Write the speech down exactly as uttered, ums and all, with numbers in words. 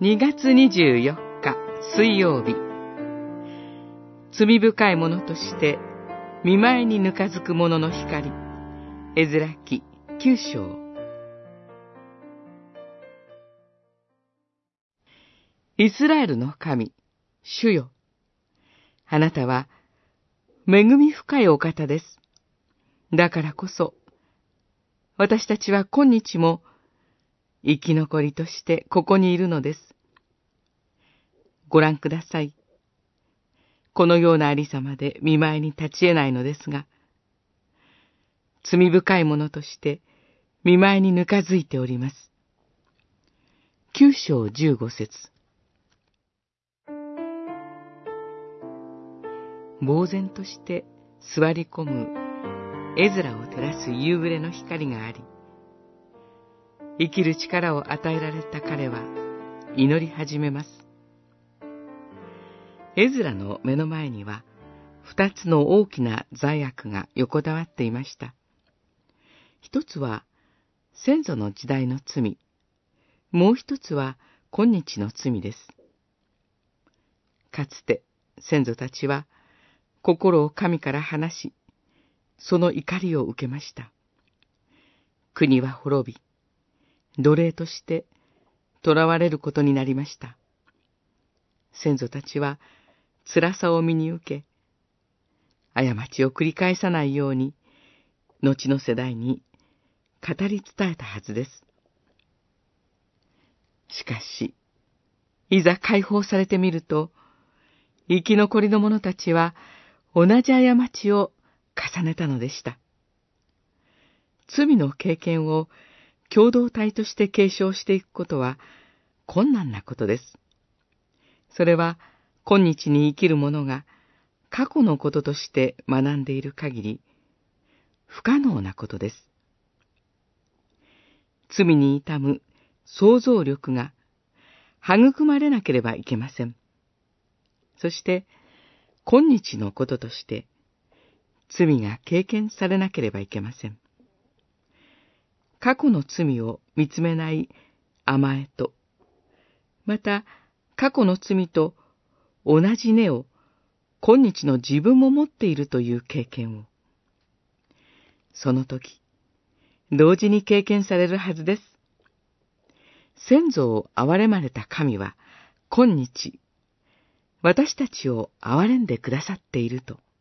にがつにじゅうよっか水曜日。罪深いものとして見舞いにぬかづく者の光。エズラ記きゅう章。イスラエルの神、主よ。あなたは恵み深いお方です。だからこそ、私たちは今日も生き残りとしてここにいるのです。ご覧ください。このようなありさまで見舞いに立ち得ないのですが、罪深いものとして見舞いにぬかづいております。きゅう章じゅうご節。呆然として座り込むエズラを照らす夕暮れの光があり、生きる力を与えられた彼は祈り始めます。エズラの目の前には二つの大きな罪悪が横たわっていました。一つは先祖の時代の罪、もう一つは今日の罪です。かつて先祖たちは心を神から離し、その怒りを受けました。国は滅び、奴隷として囚われることになりました。先祖たちは辛さを身に受け、過ちを繰り返さないように、後の世代に語り伝えたはずです。しかし、いざ解放されてみると、生き残りの者たちは同じ過ちを重ねたのでした。罪の経験を共同体として継承していくことは困難なことです。それは今日に生きる者が過去のこととして学んでいる限り不可能なことです。罪に痛む想像力が育まれなければいけません。そして今日のこととして罪が経験されなければいけません。過去の罪を見つめない甘えと、また過去の罪と同じ根を今日の自分も持っているという経験を、その時同時に経験されるはずです。先祖を憐れまれた神は今日私たちを憐れんでくださっていると